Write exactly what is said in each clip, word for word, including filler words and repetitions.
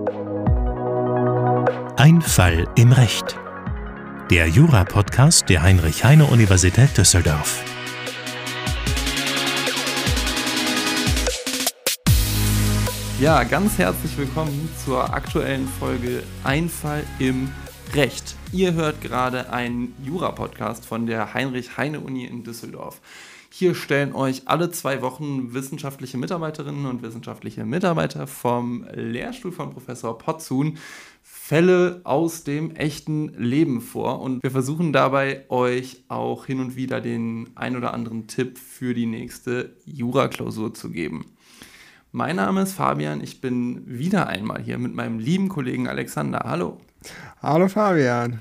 Ein Fall im Recht. Der Jura-Podcast der Heinrich-Heine-Universität Düsseldorf. Ja, ganz herzlich willkommen zur aktuellen Folge Ein Fall im Recht. Ihr hört gerade einen Jura-Podcast von der Heinrich-Heine-Uni in Düsseldorf. Hier stellen euch alle zwei Wochen wissenschaftliche Mitarbeiterinnen und wissenschaftliche Mitarbeiter vom Lehrstuhl von Professor Potzun Fälle aus dem echten Leben vor. Und wir versuchen dabei, euch auch hin und wieder den ein oder anderen Tipp für die nächste Jura-Klausur zu geben. Mein Name ist Fabian, ich bin wieder einmal hier mit meinem lieben Kollegen Alexander. Hallo. Hallo Fabian.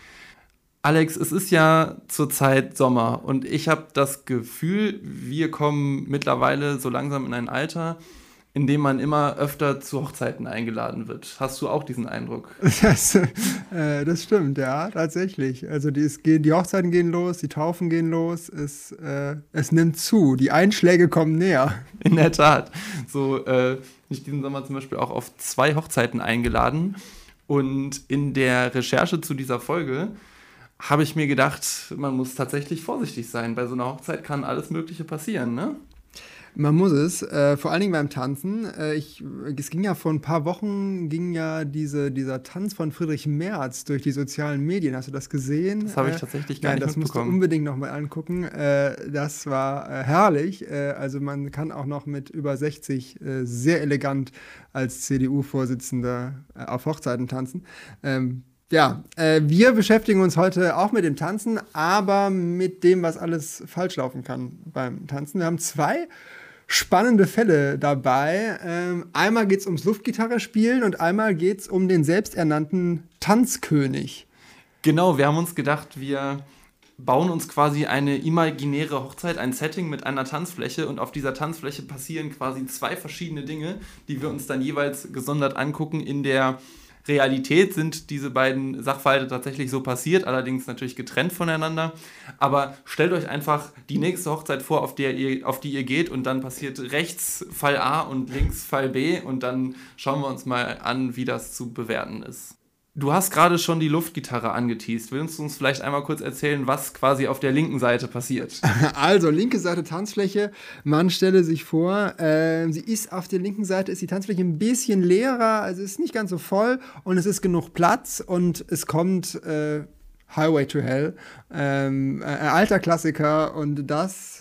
Alex, es ist ja zurzeit Sommer und ich habe das Gefühl, wir kommen mittlerweile so langsam in ein Alter, in dem man immer öfter zu Hochzeiten eingeladen wird. Hast du auch diesen Eindruck? Das, äh, das stimmt, ja, tatsächlich. Also die, es gehen, die Hochzeiten gehen los, die Taufen gehen los, es, äh, es nimmt zu, die Einschläge kommen näher. In der Tat. So äh, bin ich diesen Sommer zum Beispiel auch auf zwei Hochzeiten eingeladen und in der Recherche zu dieser Folge habe ich mir gedacht, man muss tatsächlich vorsichtig sein. Bei so einer Hochzeit kann alles Mögliche passieren, ne? Man muss es, äh, vor allen Dingen beim Tanzen. Äh, ich, es ging ja vor ein paar Wochen, ging ja diese, dieser Tanz von Friedrich Merz durch die sozialen Medien. Hast du das gesehen? Das habe ich tatsächlich gar äh, nicht Nein, das musst du mitbekommen. unbedingt nochmal angucken. Äh, das war äh, herrlich. Äh, also man kann auch noch mit über sechzig äh, sehr elegant als C D U-Vorsitzender äh, auf Hochzeiten tanzen. Ähm, Ja, äh, wir beschäftigen uns heute auch mit dem Tanzen, aber mit dem, was alles falsch laufen kann beim Tanzen. Wir haben zwei spannende Fälle dabei. Ähm, einmal geht es ums Luftgitarre-Spielen und einmal geht es um den selbsternannten Tanzkönig. Genau, wir haben uns gedacht, wir bauen uns quasi eine imaginäre Hochzeit, ein Setting mit einer Tanzfläche und auf dieser Tanzfläche passieren quasi zwei verschiedene Dinge, die wir uns dann jeweils gesondert angucken. In der Realität sind diese beiden Sachverhalte tatsächlich so passiert, allerdings natürlich getrennt voneinander. Aber stellt euch einfach die nächste Hochzeit vor, auf, der ihr, auf die ihr geht und dann passiert rechts Fall A und links Fall B und dann schauen wir uns mal an, wie das zu bewerten ist. Du hast gerade schon die Luftgitarre angeteast. Willst du uns vielleicht einmal kurz erzählen, was quasi auf der linken Seite passiert? Also, linke Seite Tanzfläche. Man stelle sich vor, äh, sie ist auf der linken Seite, ist die Tanzfläche ein bisschen leerer, also ist nicht ganz so voll und es ist genug Platz und es kommt äh, Highway to Hell, ähm, ein alter Klassiker und das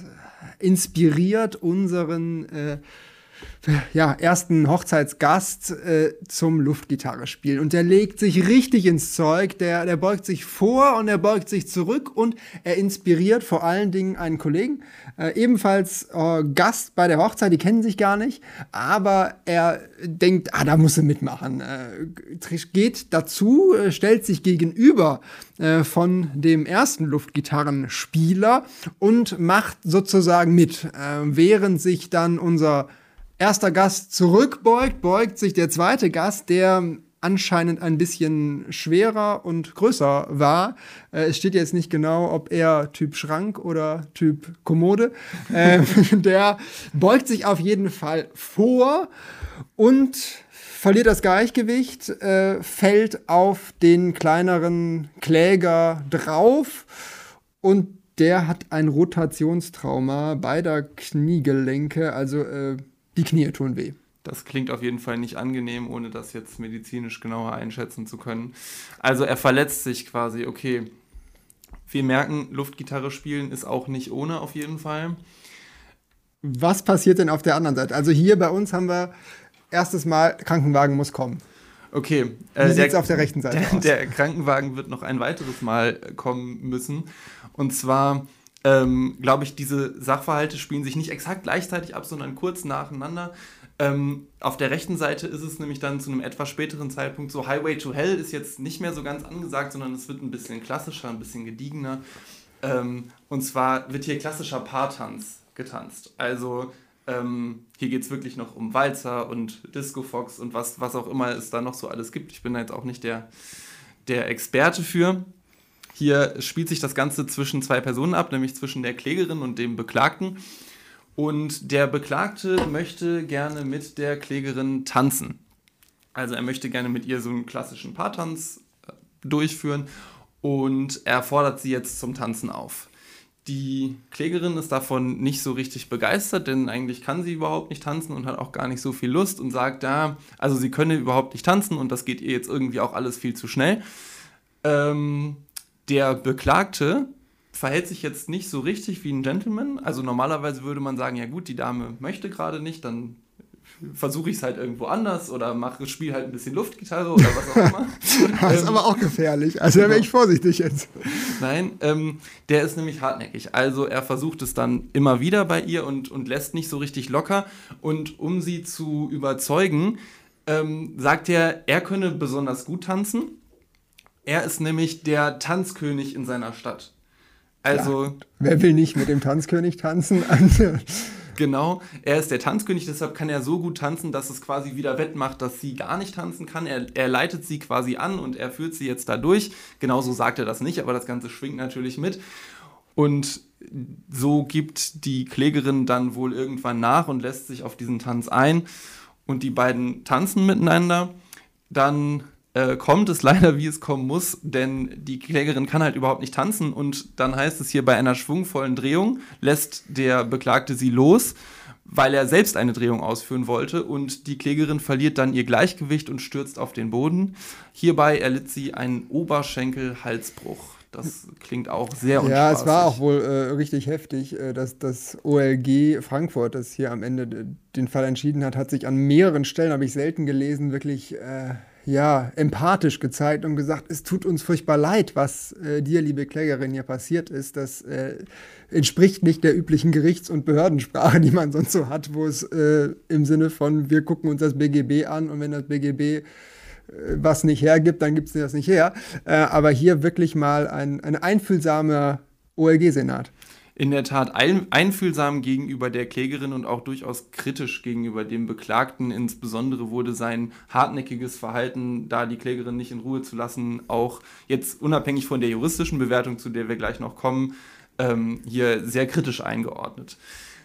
inspiriert unseren äh, ja, ersten Hochzeitsgast äh, zum Luftgitarre spielen. Und der legt sich richtig ins Zeug, der, der beugt sich vor und er beugt sich zurück und er inspiriert vor allen Dingen einen Kollegen, äh, ebenfalls äh, Gast bei der Hochzeit, die kennen sich gar nicht, aber er denkt, ah, da muss er mitmachen. Äh, geht dazu, äh, stellt sich gegenüber äh, von dem ersten Luftgitarrenspieler und macht sozusagen mit, äh, während sich dann unser erster Gast zurückbeugt, beugt sich der zweite Gast, der anscheinend ein bisschen schwerer und größer war. Äh, es steht jetzt nicht genau, ob er Typ Schrank oder Typ Kommode. Äh, der beugt sich auf jeden Fall vor und verliert das Gleichgewicht, äh, fällt auf den kleineren Kläger drauf und der hat ein Rotationstrauma beider Kniegelenke, also äh, die Knie tun weh. Das klingt auf jeden Fall nicht angenehm, ohne das jetzt medizinisch genauer einschätzen zu können. Also er verletzt sich quasi, okay. Wir merken, Luftgitarre spielen ist auch nicht ohne auf jeden Fall. Was passiert denn auf der anderen Seite? Also hier bei uns haben wir erstes Mal, Krankenwagen muss kommen. Okay. Äh, Wie sieht es auf der rechten Seite der, aus? Der Krankenwagen wird noch ein weiteres Mal kommen müssen. Und zwar Ähm, glaube ich, diese Sachverhalte spielen sich nicht exakt gleichzeitig ab, sondern kurz nacheinander. Ähm, auf der rechten Seite ist es nämlich dann zu einem etwas späteren Zeitpunkt so, Highway to Hell ist jetzt nicht mehr so ganz angesagt, sondern es wird ein bisschen klassischer, ein bisschen gediegener. Ähm, und zwar wird hier klassischer Paartanz getanzt. Also ähm, hier geht es wirklich noch um Walzer und Disco Fox und was, was auch immer es da noch so alles gibt. Ich bin da jetzt auch nicht der, der Experte für. Hier spielt sich das Ganze zwischen zwei Personen ab, nämlich zwischen der Klägerin und dem Beklagten. Und der Beklagte möchte gerne mit der Klägerin tanzen. Also er möchte gerne mit ihr so einen klassischen Paartanz äh, durchführen und er fordert sie jetzt zum Tanzen auf. Die Klägerin ist davon nicht so richtig begeistert, denn eigentlich kann sie überhaupt nicht tanzen und hat auch gar nicht so viel Lust und sagt, ja, also sie könne überhaupt nicht tanzen und das geht ihr jetzt irgendwie auch alles viel zu schnell. Ähm, der Beklagte verhält sich jetzt nicht so richtig wie ein Gentleman. Also normalerweise würde man sagen, ja gut, die Dame möchte gerade nicht, dann versuche ich es halt irgendwo anders oder mache Spiel halt ein bisschen Luftgitarre oder was auch immer. Das ist ähm, aber auch gefährlich. Also da wäre ich vorsichtig jetzt. Nein, ähm, der ist nämlich hartnäckig. Also er versucht es dann immer wieder bei ihr und, und lässt nicht so richtig locker. Und um sie zu überzeugen, ähm, sagt er, er könne besonders gut tanzen. Er ist nämlich der Tanzkönig in seiner Stadt. Also, ja, wer will nicht mit dem Tanzkönig tanzen? Genau, er ist der Tanzkönig, deshalb kann er so gut tanzen, dass es quasi wieder wettmacht, dass sie gar nicht tanzen kann. Er, er leitet sie quasi an und er führt sie jetzt da durch. Genauso sagt er das nicht, aber das Ganze schwingt natürlich mit. Und so gibt die Klägerin dann wohl irgendwann nach und lässt sich auf diesen Tanz ein. Und die beiden tanzen miteinander. Dann äh, kommt es leider, wie es kommen muss, denn die Klägerin kann halt überhaupt nicht tanzen und dann heißt es hier, bei einer schwungvollen Drehung lässt der Beklagte sie los, weil er selbst eine Drehung ausführen wollte und die Klägerin verliert dann ihr Gleichgewicht und stürzt auf den Boden. Hierbei erlitt sie einen Oberschenkel-Halsbruch. Das klingt auch sehr unspaßig. Ja, es war auch wohl äh, richtig heftig, äh, dass das O L G Frankfurt, das hier am Ende den Fall entschieden hat, hat sich an mehreren Stellen, habe ich selten gelesen, wirklich äh, ja, empathisch gezeigt und gesagt, es tut uns furchtbar leid, was äh, dir, liebe Klägerin, hier passiert ist. Das äh, entspricht nicht der üblichen Gerichts- und Behördensprache, die man sonst so hat, wo es äh, im Sinne von, wir gucken uns das B G B an und wenn das B G B was nicht hergibt, dann gibt es das nicht her. Äh, aber hier wirklich mal ein, ein einfühlsamer O L G-Senat. In der Tat ein, einfühlsam gegenüber der Klägerin und auch durchaus kritisch gegenüber dem Beklagten. Insbesondere wurde sein hartnäckiges Verhalten, da die Klägerin nicht in Ruhe zu lassen, auch jetzt unabhängig von der juristischen Bewertung, zu der wir gleich noch kommen, ähm, hier sehr kritisch eingeordnet.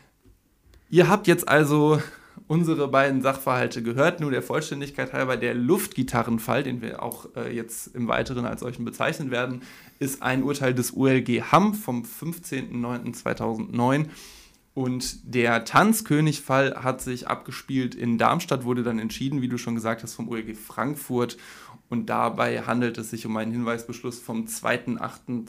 Ihr habt jetzt also unsere beiden Sachverhalte gehört, nur der Vollständigkeit halber. Der Luftgitarrenfall, den wir auch äh, jetzt im Weiteren als solchen bezeichnen werden, ist ein Urteil des O L G Hamm vom fünfzehnten neunten zweitausendneun und der Tanzkönig-Fall hat sich abgespielt in Darmstadt, wurde dann entschieden, wie du schon gesagt hast, vom O L G Frankfurt und dabei handelt es sich um einen Hinweisbeschluss vom zweiten achten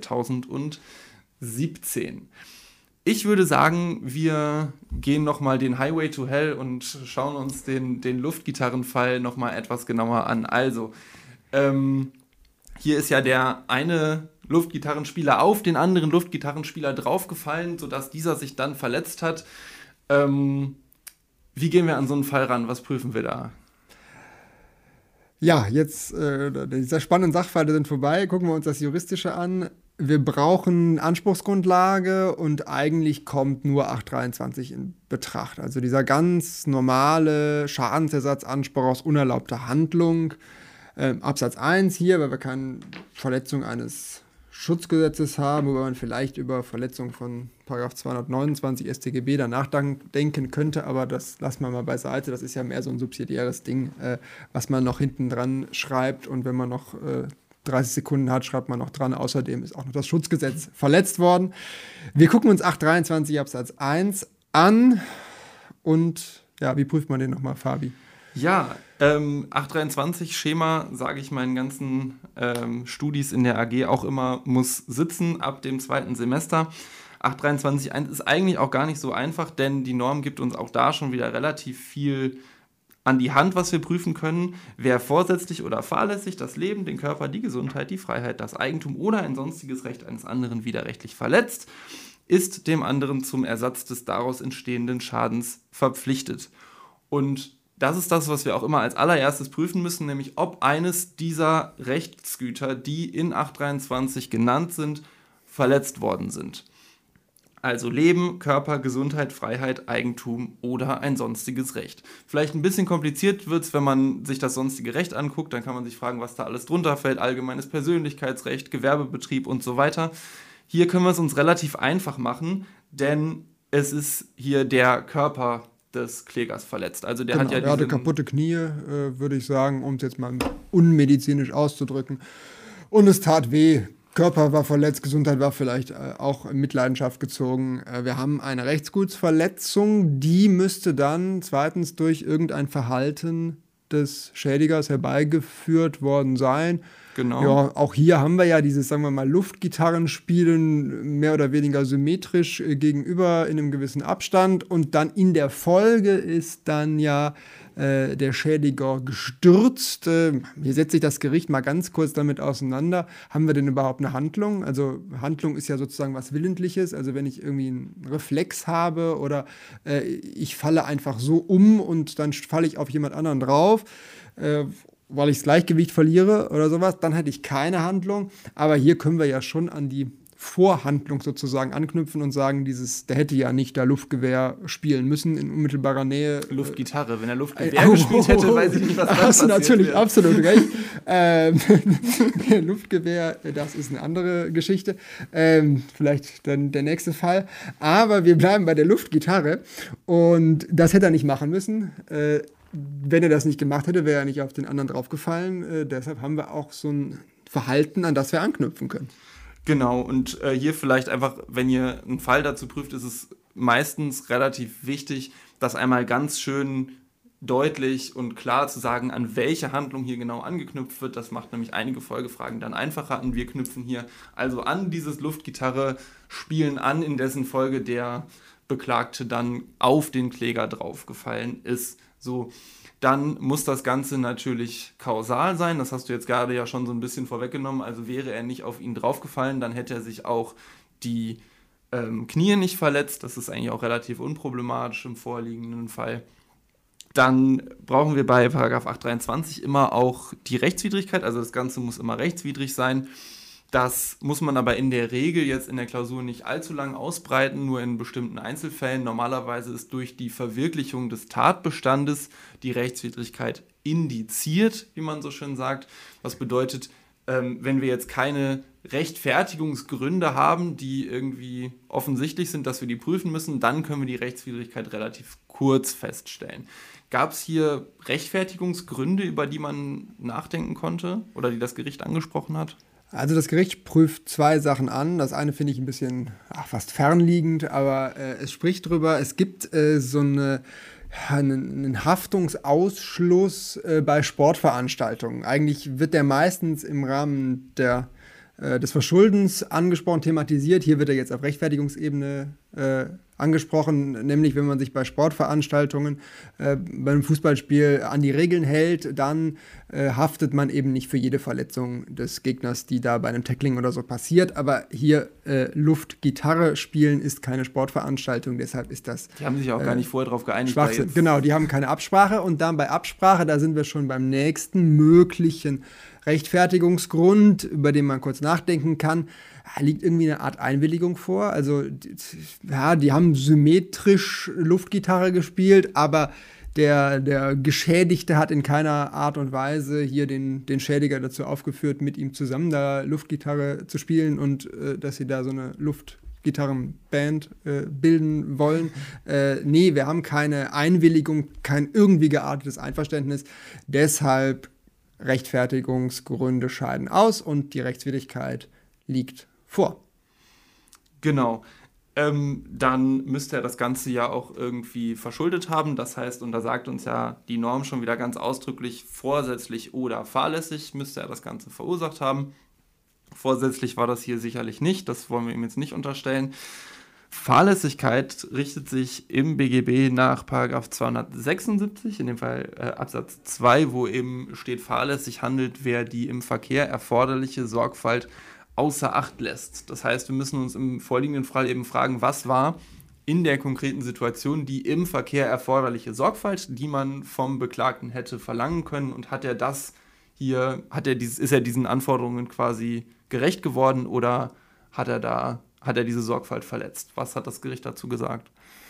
zweitausendsiebzehn. Ich würde sagen, wir gehen nochmal den Highway to Hell und schauen uns den, den Luftgitarrenfall nochmal etwas genauer an. Also, ähm, hier ist ja der eine Luftgitarrenspieler auf den anderen Luftgitarrenspieler draufgefallen, sodass dieser sich dann verletzt hat. Ähm, wie gehen wir an so einen Fall ran? Was prüfen wir da? Ja, jetzt, äh, diese spannenden Sachverhalte sind vorbei. Gucken wir uns das Juristische an. Wir brauchen Anspruchsgrundlage und eigentlich kommt nur acht dreiundzwanzig in Betracht. Also dieser ganz normale Schadensersatzanspruch aus unerlaubter Handlung. Ähm, Absatz eins hier, weil wir keine Verletzung eines Schutzgesetzes haben, wo man vielleicht über Verletzung von Paragraph zweihundertneunundzwanzig S t G B danach denken könnte, aber das lassen wir mal beiseite. Das ist ja mehr so ein subsidiäres Ding, äh, was man noch hinten dran schreibt und wenn man noch äh, dreißig Sekunden hat, schreibt man noch dran. Außerdem ist auch noch das Schutzgesetz verletzt worden. Wir gucken uns acht dreiundzwanzig Absatz eins an und ja, wie prüft man den nochmal, Fabi? Ja, ähm, acht dreiundzwanzig Schema, sage ich meinen ganzen ähm, Studis in der A G auch immer, muss sitzen ab dem zweiten Semester. acht dreiundzwanzig Punkt eins ist eigentlich auch gar nicht so einfach, denn die Norm gibt uns auch da schon wieder relativ viel an die Hand, was wir prüfen können. Wer vorsätzlich oder fahrlässig das Leben, den Körper, die Gesundheit, die Freiheit, das Eigentum oder ein sonstiges Recht eines anderen widerrechtlich verletzt, ist dem anderen zum Ersatz des daraus entstehenden Schadens verpflichtet. Und das ist das, was wir auch immer als allererstes prüfen müssen, nämlich ob eines dieser Rechtsgüter, die in acht dreiundzwanzig genannt sind, verletzt worden sind. Also Leben, Körper, Gesundheit, Freiheit, Eigentum oder ein sonstiges Recht. Vielleicht ein bisschen kompliziert wird es, wenn man sich das sonstige Recht anguckt, dann kann man sich fragen, was da alles drunter fällt, allgemeines Persönlichkeitsrecht, Gewerbebetrieb und so weiter. Hier können wir es uns relativ einfach machen, denn es ist hier der Körper des Klägers verletzt. Also der genau, hat ja der hatte diesen- kaputte Knie, äh, würde ich sagen, um es jetzt mal unmedizinisch auszudrücken. Und es tat weh. Körper war verletzt, Gesundheit war vielleicht äh, auch in Mitleidenschaft gezogen. Äh, wir haben eine Rechtsgutsverletzung, die müsste dann zweitens durch irgendein Verhalten des Schädigers herbeigeführt worden sein. Genau. Ja, auch hier haben wir ja dieses, sagen wir mal, Luftgitarrenspielen mehr oder weniger symmetrisch äh, gegenüber in einem gewissen Abstand und dann in der Folge ist dann ja äh, der Schädiger gestürzt. Äh, hier setzt sich das Gericht mal ganz kurz damit auseinander. Haben wir denn überhaupt eine Handlung? Also Handlung ist ja sozusagen was Willentliches. Also wenn ich irgendwie einen Reflex habe oder äh, ich falle einfach so um und dann falle ich auf jemand anderen drauf, äh, weil ich das Gleichgewicht verliere oder sowas, dann hätte ich keine Handlung. Aber hier können wir ja schon an die Vorhandlung sozusagen anknüpfen und sagen, dieses, der hätte ja nicht da Luftgewehr spielen müssen in unmittelbarer Nähe. Luftgitarre. Wenn er Luftgewehr Äh, oh, gespielt hätte, weiß ich nicht, was da hast du passiert natürlich wäre. absolut recht. ähm, Luftgewehr, das ist eine andere Geschichte. Ähm, vielleicht dann der nächste Fall. Aber wir bleiben bei der Luftgitarre. Und das hätte er nicht machen müssen. Äh, wenn er das nicht gemacht hätte, wäre er nicht auf den anderen draufgefallen. Äh, deshalb haben wir auch so ein Verhalten, an das wir anknüpfen können. Genau, und äh, hier vielleicht einfach, wenn ihr einen Fall dazu prüft, ist es meistens relativ wichtig, das einmal ganz schön deutlich und klar zu sagen, an welche Handlung hier genau angeknüpft wird. Das macht nämlich einige Folgefragen dann einfacher an. Wir knüpfen hier also an dieses Luftgitarre-Spielen an, in dessen Folge der Beklagte dann auf den Kläger draufgefallen ist. So, dann muss das Ganze natürlich kausal sein. Das hast du jetzt gerade ja schon so ein bisschen vorweggenommen. Also wäre er nicht auf ihn draufgefallen, dann hätte er sich auch die ähm, Knie nicht verletzt. Das ist eigentlich auch relativ unproblematisch im vorliegenden Fall. Dann brauchen wir bei Paragraph achthundertdreiundzwanzig immer auch die Rechtswidrigkeit. Also das Ganze muss immer rechtswidrig sein. Das muss man aber in der Regel jetzt in der Klausur nicht allzu lang ausbreiten, nur in bestimmten Einzelfällen. Normalerweise ist durch die Verwirklichung des Tatbestandes die Rechtswidrigkeit indiziert, wie man so schön sagt. Was bedeutet, ähm, wenn wir jetzt keine Rechtfertigungsgründe haben, die irgendwie offensichtlich sind, dass wir die prüfen müssen, dann können wir die Rechtswidrigkeit relativ kurz feststellen. Gab es hier Rechtfertigungsgründe, über die man nachdenken konnte oder die das Gericht angesprochen hat? Also das Gericht prüft zwei Sachen an. Das eine finde ich ein bisschen ach, fast fernliegend, aber äh, es spricht drüber. Es gibt äh, so eine, ja, einen, einen Haftungsausschluss äh, bei Sportveranstaltungen. Eigentlich wird der meistens im Rahmen der, äh, des Verschuldens angesprochen, thematisiert. Hier wird er jetzt auf Rechtfertigungsebene äh, angesprochen, nämlich wenn man sich bei Sportveranstaltungen, äh, bei einem Fußballspiel an die Regeln hält, dann äh, haftet man eben nicht für jede Verletzung des Gegners, die da bei einem Tackling oder so passiert. Aber hier äh, Luft-Gitarre spielen ist keine Sportveranstaltung, deshalb ist das Die haben sich auch äh, gar nicht vorher darauf geeinigt. Schwachsinn. Jetzt- Genau, die haben keine Absprache und dann bei Absprache, da sind wir schon beim nächsten möglichen Rechtfertigungsgrund, über den man kurz nachdenken kann. Da liegt irgendwie eine Art Einwilligung vor. Also, die- ja, die haben symmetrisch Luftgitarre gespielt, aber der, der Geschädigte hat in keiner Art und Weise hier den, den Schädiger dazu aufgeführt, mit ihm zusammen da Luftgitarre zu spielen und äh, dass sie da so eine Luftgitarrenband äh, bilden wollen. Äh, nee, wir haben keine Einwilligung, kein irgendwie geartetes Einverständnis. Deshalb Rechtfertigungsgründe scheiden aus und die Rechtswidrigkeit liegt vor. Genau. Ähm, dann müsste er das Ganze ja auch irgendwie verschuldet haben. Das heißt, und da sagt uns ja die Norm schon wieder ganz ausdrücklich, vorsätzlich oder fahrlässig müsste er das Ganze verursacht haben. Vorsätzlich war das hier sicherlich nicht, das wollen wir ihm jetzt nicht unterstellen. Fahrlässigkeit richtet sich im B G B nach Paragraph zweihundertsechsundsiebzig, in dem Fall äh, Absatz zwei, wo eben steht, fahrlässig handelt, wer die im Verkehr erforderliche Sorgfalt außer Acht lässt. Das heißt, wir müssen uns im vorliegenden Fall eben fragen, was war in der konkreten Situation die im Verkehr erforderliche Sorgfalt, die man vom Beklagten hätte verlangen können, und hat er das hier, hat er dieses, ist er diesen Anforderungen quasi gerecht geworden oder hat er da, hat er diese Sorgfalt verletzt? Was hat das Gericht dazu gesagt?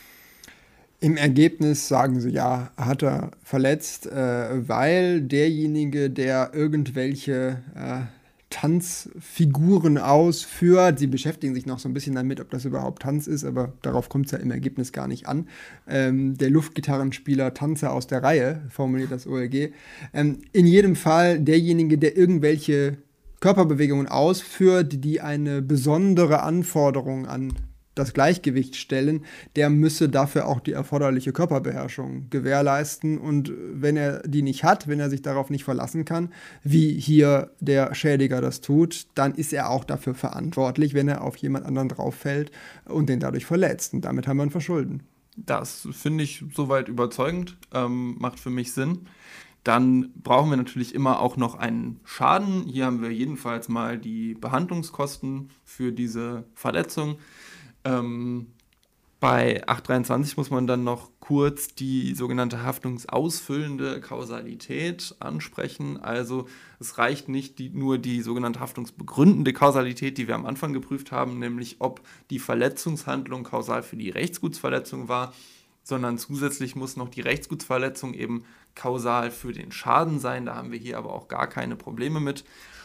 Im Ergebnis sagen sie, ja, hat er verletzt, äh, weil derjenige, der irgendwelche äh, Tanzfiguren ausführt. Sie beschäftigen sich noch so ein bisschen damit, ob das überhaupt Tanz ist, aber darauf kommt es ja im Ergebnis gar nicht an. Ähm, der Luftgitarrenspieler Tanzer aus der Reihe, formuliert das O L G. Ähm, in jedem Fall derjenige, der irgendwelche Körperbewegungen ausführt, die eine besondere Anforderung an das Gleichgewicht stellen, der müsse dafür auch die erforderliche Körperbeherrschung gewährleisten. Und wenn er die nicht hat, wenn er sich darauf nicht verlassen kann, wie hier der Schädiger das tut, dann ist er auch dafür verantwortlich, wenn er auf jemand anderen drauffällt und den dadurch verletzt. Und damit haben wir ein Verschulden. Das finde ich soweit überzeugend, ähm, macht für mich Sinn. Dann brauchen wir natürlich immer auch noch einen Schaden. Hier haben wir jedenfalls mal die Behandlungskosten für diese Verletzung. Ähm, bei acht dreiundzwanzig muss man dann noch kurz die sogenannte haftungsausfüllende Kausalität ansprechen. Also es reicht nicht die, nur die sogenannte haftungsbegründende Kausalität, die wir am Anfang geprüft haben, nämlich ob die Verletzungshandlung kausal für die Rechtsgutsverletzung war, sondern zusätzlich muss noch die Rechtsgutsverletzung eben kausal für den Schaden sein. Da haben wir hier aber auch gar keine Probleme mit.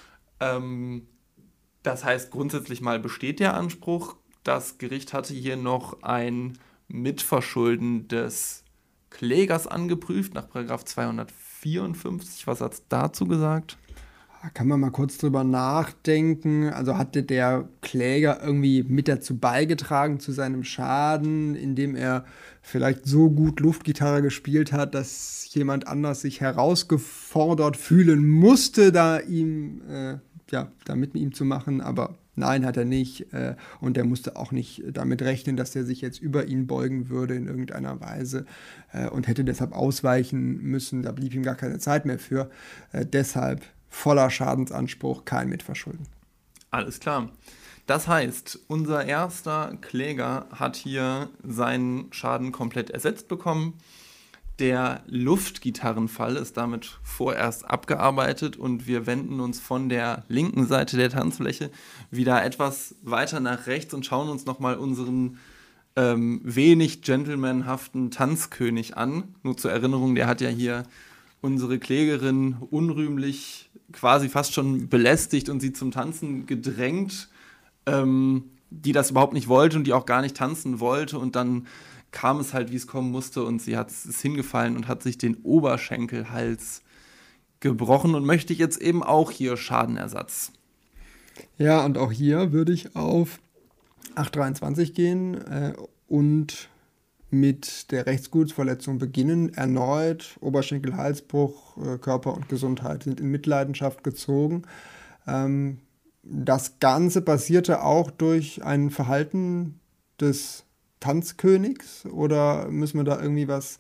Ähm, das heißt, grundsätzlich mal besteht der Anspruch. Das Gericht hatte hier noch ein Mitverschulden des Klägers angeprüft, nach Paragraph zweihundertvierundfünfzig. Was hat es dazu gesagt? Kann man mal kurz drüber nachdenken. Also hatte der Kläger irgendwie mit dazu beigetragen zu seinem Schaden, indem er vielleicht so gut Luftgitarre gespielt hat, dass jemand anders sich herausgefordert fühlen musste, da ihm, äh, ja, da mit ihm zu machen, aber nein, hat er nicht. Äh, und er musste auch nicht damit rechnen, dass er sich jetzt über ihn beugen würde in irgendeiner Weise äh, und hätte deshalb ausweichen müssen. Da blieb ihm gar keine Zeit mehr für. Äh, deshalb voller Schadensanspruch, kein Mitverschulden. Alles klar. Das heißt, unser erster Kläger hat hier seinen Schaden komplett ersetzt bekommen. Der Luftgitarrenfall ist damit vorerst abgearbeitet und wir wenden uns von der linken Seite der Tanzfläche wieder etwas weiter nach rechts und schauen uns nochmal unseren ähm, wenig gentlemanhaften Tanzkönig an. Nur zur Erinnerung, der hat ja hier unsere Klägerin unrühmlich quasi fast schon belästigt und sie zum Tanzen gedrängt, ähm, die das überhaupt nicht wollte und die auch gar nicht tanzen wollte, und dann kam es halt, wie es kommen musste, und sie hat, ist hingefallen und hat sich den Oberschenkelhals gebrochen und möchte jetzt eben auch hier Schadenersatz. Ja, und auch hier würde ich auf acht dreiundzwanzig gehen äh, und mit der Rechtsgutsverletzung beginnen. Erneut Oberschenkelhalsbruch, äh, Körper und Gesundheit sind in Mitleidenschaft gezogen. Ähm, das Ganze passierte auch durch ein Verhalten des Tanzkönigs, oder müssen wir da irgendwie was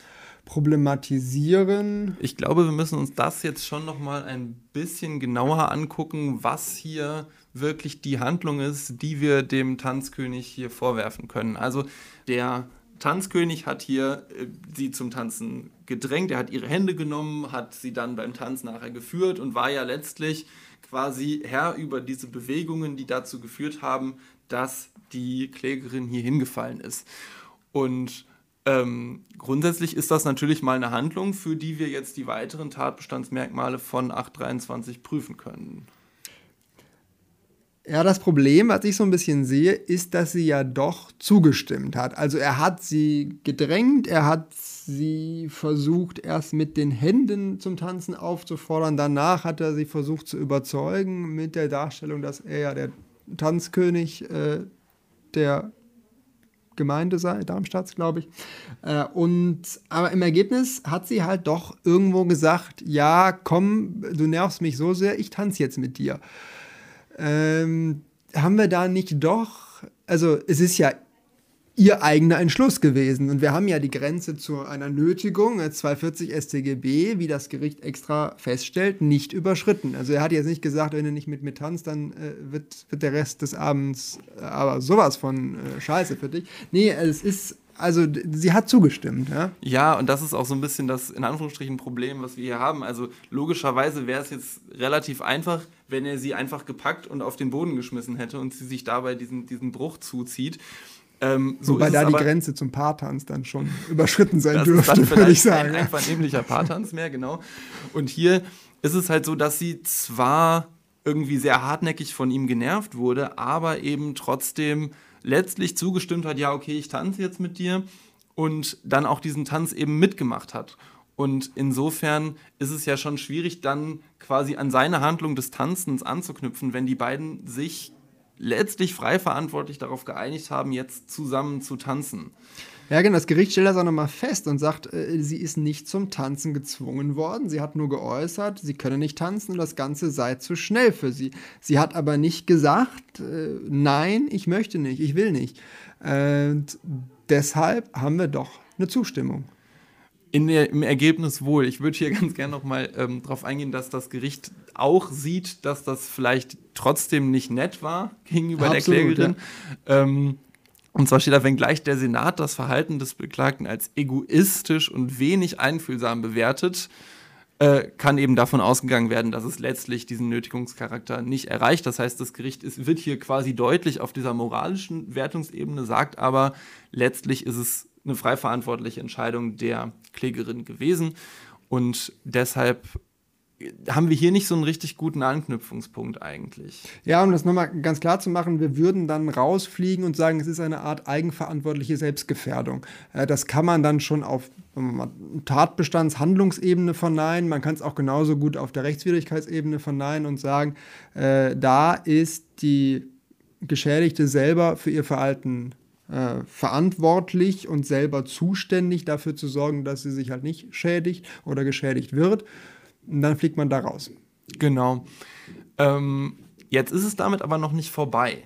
problematisieren? Ich glaube, wir müssen uns das jetzt schon noch mal ein bisschen genauer angucken, was hier wirklich die Handlung ist, die wir dem Tanzkönig hier vorwerfen können. Also der Tanzkönig hat hier äh, sie zum Tanzen gedrängt, er hat ihre Hände genommen, hat sie dann beim Tanz nachher geführt und war ja letztlich quasi Herr über diese Bewegungen, die dazu geführt haben, dass die Klägerin hier hingefallen ist. Und ähm, grundsätzlich ist das natürlich mal eine Handlung, für die wir jetzt die weiteren Tatbestandsmerkmale von acht dreiundzwanzig prüfen können. Ja, das Problem, was ich so ein bisschen sehe, ist, dass sie ja doch zugestimmt hat. Also er hat sie gedrängt, er hat sie versucht, erst mit den Händen zum Tanzen aufzufordern. Danach hat er sie versucht zu überzeugen mit der Darstellung, dass er ja der Tanzkönig äh, der Gemeinde sei, Darmstadts, glaube ich. Äh, und, aber im Ergebnis hat sie halt doch irgendwo gesagt, ja, komm, du nervst mich so sehr, ich tanze jetzt mit dir. Ähm, haben wir da nicht doch, also es ist ja ihr eigener Entschluss gewesen und wir haben ja die Grenze zu einer Nötigung, zweihundertvierzig S t G B, wie das Gericht extra feststellt, nicht überschritten. Also er hat jetzt nicht gesagt, wenn du nicht mit mir tanzt, dann äh, wird, wird der Rest des Abends äh, aber sowas von äh, scheiße für dich. Nee, es ist, also sie hat zugestimmt. Ja? Ja, und das ist auch so ein bisschen das, in Anführungsstrichen, Problem, was wir hier haben. Also logischerweise wäre es jetzt relativ einfach, wenn er sie einfach gepackt und auf den Boden geschmissen hätte und sie sich dabei diesen, diesen Bruch zuzieht. Ähm, so Wobei ist da es die aber, Grenze zum Paartanz dann schon überschritten sein das dürfte, ist dann würde ich vielleicht sagen. ein, ein vernehmlicher Paartanz mehr, genau. Und hier ist es halt so, dass sie zwar irgendwie sehr hartnäckig von ihm genervt wurde, aber eben trotzdem letztlich zugestimmt hat, ja, okay, ich tanze jetzt mit dir und dann auch diesen Tanz eben mitgemacht hat. Und insofern ist es ja schon schwierig, dann quasi an seine Handlung des Tanzens anzuknüpfen, wenn die beiden sich letztlich frei verantwortlich darauf geeinigt haben, jetzt zusammen zu tanzen. Ja, genau, das Gericht stellt das auch nochmal fest und sagt, äh, sie ist nicht zum Tanzen gezwungen worden. Sie hat nur geäußert, sie könne nicht tanzen und das Ganze sei zu schnell für sie. Sie hat aber nicht gesagt, äh, nein, ich möchte nicht, ich will nicht. Und deshalb haben wir doch eine Zustimmung. In der, im Ergebnis wohl. Ich würde hier ganz gerne nochmal ähm, darauf eingehen, dass das Gericht auch sieht, dass das vielleicht trotzdem nicht nett war gegenüber Absolut, der Klägerin. Ja. Ähm, und zwar steht da, wenngleich der Senat das Verhalten des Beklagten als egoistisch und wenig einfühlsam bewertet, äh, kann eben davon ausgegangen werden, dass es letztlich diesen Nötigungscharakter nicht erreicht. Das heißt, das Gericht ist, wird hier quasi deutlich auf dieser moralischen Wertungsebene, sagt aber, letztlich ist es eine frei verantwortliche Entscheidung der Klägerin gewesen. Und deshalb haben wir hier nicht so einen richtig guten Anknüpfungspunkt eigentlich. Ja, um das nochmal ganz klar zu machen, wir würden dann rausfliegen und sagen, es ist eine Art eigenverantwortliche Selbstgefährdung. Das kann man dann schon auf Tatbestandshandlungsebene verneinen, man kann es auch genauso gut auf der Rechtswidrigkeitsebene verneinen und sagen, äh, da ist die Geschädigte selber für ihr Verhalten Äh, verantwortlich und selber zuständig dafür zu sorgen, dass sie sich halt nicht schädigt oder geschädigt wird. Und dann fliegt man da raus. Genau. Ähm, jetzt ist es damit aber noch nicht vorbei.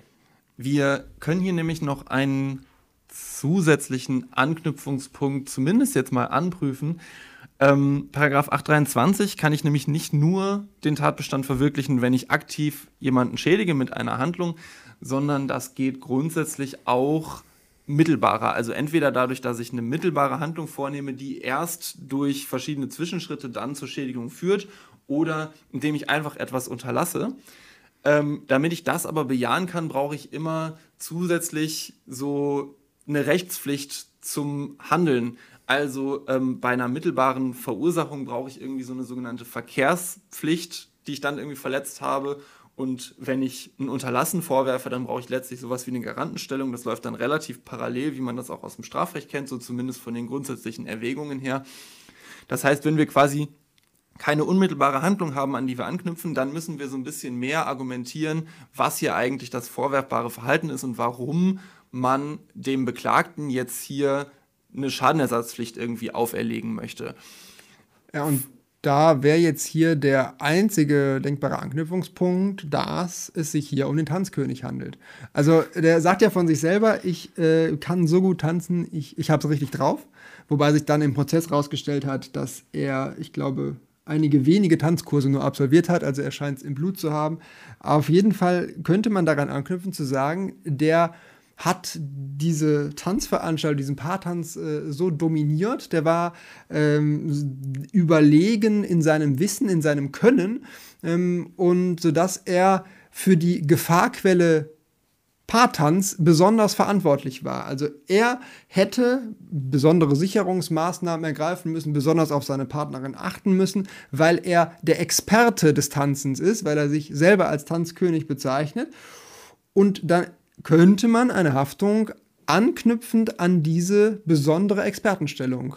Wir können hier nämlich noch einen zusätzlichen Anknüpfungspunkt zumindest jetzt mal anprüfen. Ähm, Paragraph achthundertdreiundzwanzig kann ich nämlich nicht nur den Tatbestand verwirklichen, wenn ich aktiv jemanden schädige mit einer Handlung, sondern das geht grundsätzlich auch mittelbarer. Also entweder dadurch, dass ich eine mittelbare Handlung vornehme, die erst durch verschiedene Zwischenschritte dann zur Schädigung führt, oder indem ich einfach etwas unterlasse. Ähm, damit ich das aber bejahen kann, brauche ich immer zusätzlich so eine Rechtspflicht zum Handeln. Also ähm, bei einer mittelbaren Verursachung brauche ich irgendwie so eine sogenannte Verkehrspflicht, die ich dann irgendwie verletzt habe. Und wenn ich ein Unterlassen vorwerfe, dann brauche ich letztlich sowas wie eine Garantenstellung. Das läuft dann relativ parallel, wie man das auch aus dem Strafrecht kennt, so zumindest von den grundsätzlichen Erwägungen her. Das heißt, wenn wir quasi keine unmittelbare Handlung haben, an die wir anknüpfen, dann müssen wir so ein bisschen mehr argumentieren, was hier eigentlich das vorwerfbare Verhalten ist und warum man dem Beklagten jetzt hier eine Schadenersatzpflicht irgendwie auferlegen möchte. Ja, und da wäre jetzt hier der einzige denkbare Anknüpfungspunkt, dass es sich hier um den Tanzkönig handelt. Also der sagt ja von sich selber, ich äh, kann so gut tanzen, ich, ich habe es richtig drauf. Wobei sich dann im Prozess rausgestellt hat, dass er, ich glaube, einige wenige Tanzkurse nur absolviert hat, also er scheint es im Blut zu haben. Auf jeden Fall könnte man daran anknüpfen zu sagen, der hat diese Tanzveranstaltung, diesen Paartanz äh, so dominiert, der war ähm, überlegen in seinem Wissen, in seinem Können ähm, und sodass er für die Gefahrquelle Paartanz besonders verantwortlich war. Also er hätte besondere Sicherungsmaßnahmen ergreifen müssen, besonders auf seine Partnerin achten müssen, weil er der Experte des Tanzens ist, weil er sich selber als Tanzkönig bezeichnet. Und dann könnte man eine Haftung anknüpfend an diese besondere Expertenstellung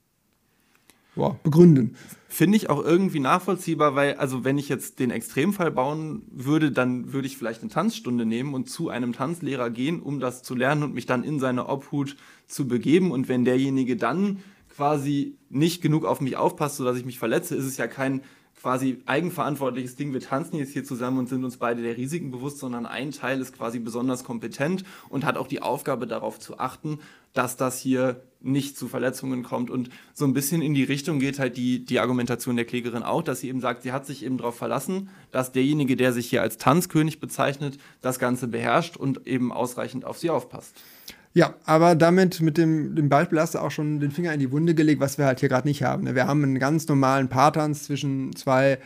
ja, begründen. Finde ich auch irgendwie nachvollziehbar, weil, also wenn ich jetzt den Extremfall bauen würde, dann würde ich vielleicht eine Tanzstunde nehmen und zu einem Tanzlehrer gehen, um das zu lernen und mich dann in seine Obhut zu begeben. Und wenn derjenige dann quasi nicht genug auf mich aufpasst, sodass ich mich verletze, ist es ja kein quasi eigenverantwortliches Ding, wir tanzen jetzt hier zusammen und sind uns beide der Risiken bewusst, sondern ein Teil ist quasi besonders kompetent und hat auch die Aufgabe, darauf zu achten, dass das hier nicht zu Verletzungen kommt. Und so ein bisschen in die Richtung geht halt die, die Argumentation der Klägerin auch, dass sie eben sagt, sie hat sich eben darauf verlassen, dass derjenige, der sich hier als Tanzkönig bezeichnet, das Ganze beherrscht und eben ausreichend auf sie aufpasst. Ja, aber damit, mit dem, dem Beispiel hast du auch schon den Finger in die Wunde gelegt, was wir halt hier gerade nicht haben. Wir haben einen ganz normalen Paartanz zwischen zwei,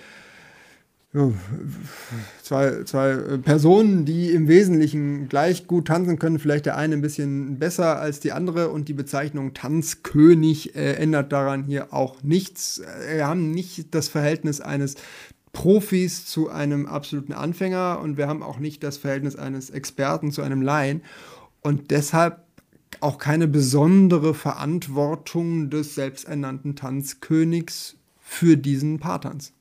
zwei, zwei Personen, die im Wesentlichen gleich gut tanzen können. Vielleicht der eine ein bisschen besser als die andere und die Bezeichnung Tanzkönig äh, ändert daran hier auch nichts. Wir haben nicht das Verhältnis eines Profis zu einem absoluten Anfänger und wir haben auch nicht das Verhältnis eines Experten zu einem Laien und deshalb auch keine besondere Verantwortung des selbsternannten Tanzkönigs für diesen Paartanz.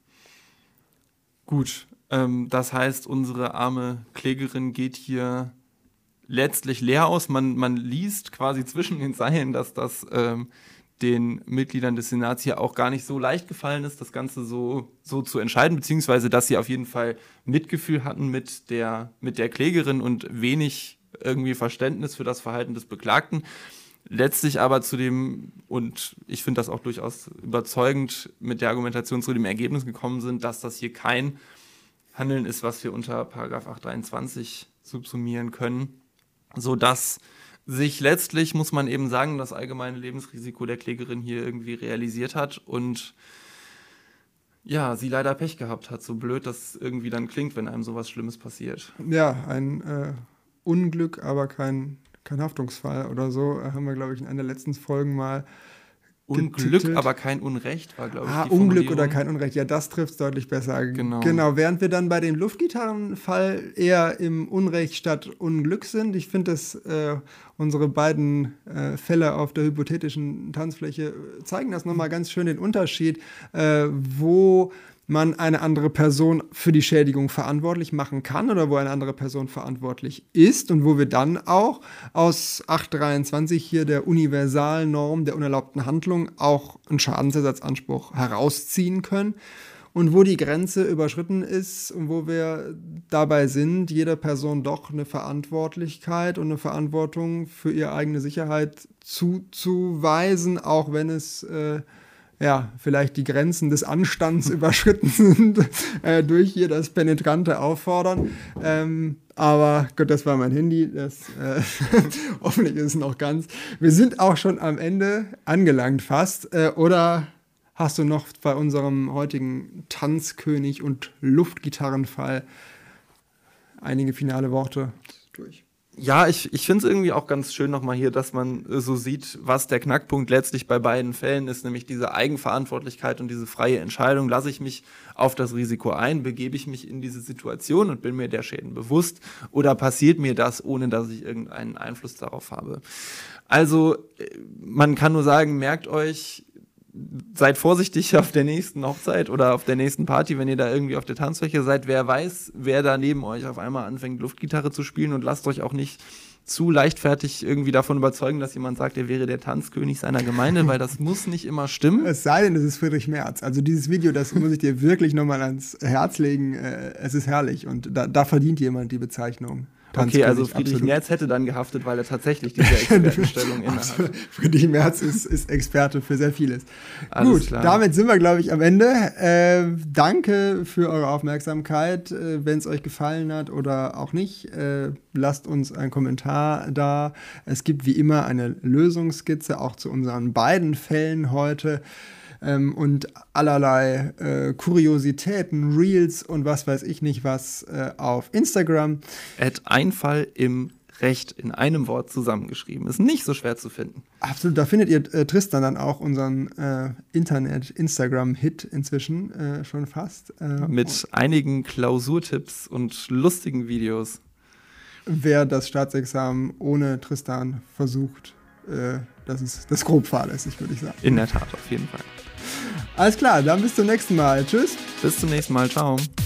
Gut, ähm, das heißt, unsere arme Klägerin geht hier letztlich leer aus. Man, man liest quasi zwischen den Zeilen, dass das ähm, den Mitgliedern des Senats hier auch gar nicht so leicht gefallen ist, das Ganze so, so zu entscheiden, beziehungsweise dass sie auf jeden Fall Mitgefühl hatten mit der, mit der Klägerin und wenig irgendwie Verständnis für das Verhalten des Beklagten. Letztlich aber zu dem, und ich finde das auch durchaus überzeugend, mit der Argumentation zu dem Ergebnis gekommen sind, dass das hier kein Handeln ist, was wir unter Paragraph achthundertdreiundzwanzig subsumieren können, sodass sich letztlich, muss man eben sagen, das allgemeine Lebensrisiko der Klägerin hier irgendwie realisiert hat und ja, sie leider Pech gehabt hat, so blöd das irgendwie dann klingt, wenn einem sowas Schlimmes passiert. Ja, ein äh, Unglück, aber kein, kein Haftungsfall oder so, haben wir, glaube ich, in einer der letzten Folgen mal Unglück, getitelt. Aber kein Unrecht war, glaube ich, ah, die Unglück oder kein Unrecht, ja, das trifft es deutlich besser. Genau. Genau, während wir dann bei dem Luftgitarrenfall eher im Unrecht statt Unglück sind. Ich finde, dass äh, unsere beiden äh, Fälle auf der hypothetischen Tanzfläche zeigen das nochmal ganz schön den Unterschied, äh, wo man eine andere Person für die Schädigung verantwortlich machen kann oder wo eine andere Person verantwortlich ist und wo wir dann auch aus achthundertdreiundzwanzig hier der Universalnorm der unerlaubten Handlung auch einen Schadensersatzanspruch herausziehen können und wo die Grenze überschritten ist und wo wir dabei sind, jeder Person doch eine Verantwortlichkeit und eine Verantwortung für ihre eigene Sicherheit zuzuweisen, auch wenn es äh, ja, vielleicht die Grenzen des Anstands überschritten sind äh, durch hier das penetrante Auffordern. Ähm, aber Gott, das war mein Handy. Das, äh, hoffentlich ist es noch ganz. Wir sind auch schon am Ende angelangt fast. Äh, oder hast du noch bei unserem heutigen Tanzkönig und Luftgitarrenfall einige finale Worte durch? Ja, ich, ich finde es irgendwie auch ganz schön nochmal hier, dass man so sieht, was der Knackpunkt letztlich bei beiden Fällen ist, nämlich diese Eigenverantwortlichkeit und diese freie Entscheidung. Lasse ich mich auf das Risiko ein, begebe ich mich in diese Situation und bin mir der Schäden bewusst oder passiert mir das, ohne dass ich irgendeinen Einfluss darauf habe. Also man kann nur sagen, merkt euch, seid vorsichtig auf der nächsten Hochzeit oder auf der nächsten Party, wenn ihr da irgendwie auf der Tanzfläche seid. Wer weiß, wer da neben euch auf einmal anfängt, Luftgitarre zu spielen, und lasst euch auch nicht zu leichtfertig irgendwie davon überzeugen, dass jemand sagt, er wäre der Tanzkönig seiner Gemeinde, weil das muss nicht immer stimmen. Es sei denn, es ist Friedrich Merz. Also dieses Video, das muss ich dir wirklich nochmal ans Herz legen. Es ist herrlich und da, da verdient jemand die Bezeichnung. Okay, also Friedrich absolut. Merz hätte dann gehaftet, weil er tatsächlich diese Expertenstellung innehat. Friedrich Merz ist, ist Experte für sehr vieles. Alles Gut, klar. Damit sind wir, glaube ich, am Ende. Äh, danke für eure Aufmerksamkeit. Äh, wenn es euch gefallen hat oder auch nicht, äh, lasst uns einen Kommentar da. Es gibt wie immer eine Lösungsskizze, auch zu unseren beiden Fällen heute. Ähm, und allerlei äh, Kuriositäten, Reels und was weiß ich nicht was äh, auf Instagram. At Einfall im Recht in einem Wort zusammengeschrieben. Ist nicht so schwer zu finden. Absolut, da findet ihr äh, Tristan dann auch unseren äh, Internet-Instagram-Hit inzwischen äh, schon fast. Äh, Mit einigen Klausurtipps und lustigen Videos. Wer das Staatsexamen ohne Tristan versucht, äh, das ist das grob fahrlässig, würde ich sagen. In der Tat, auf jeden Fall. Alles klar, dann bis zum nächsten Mal. Tschüss. Bis zum nächsten Mal. Ciao.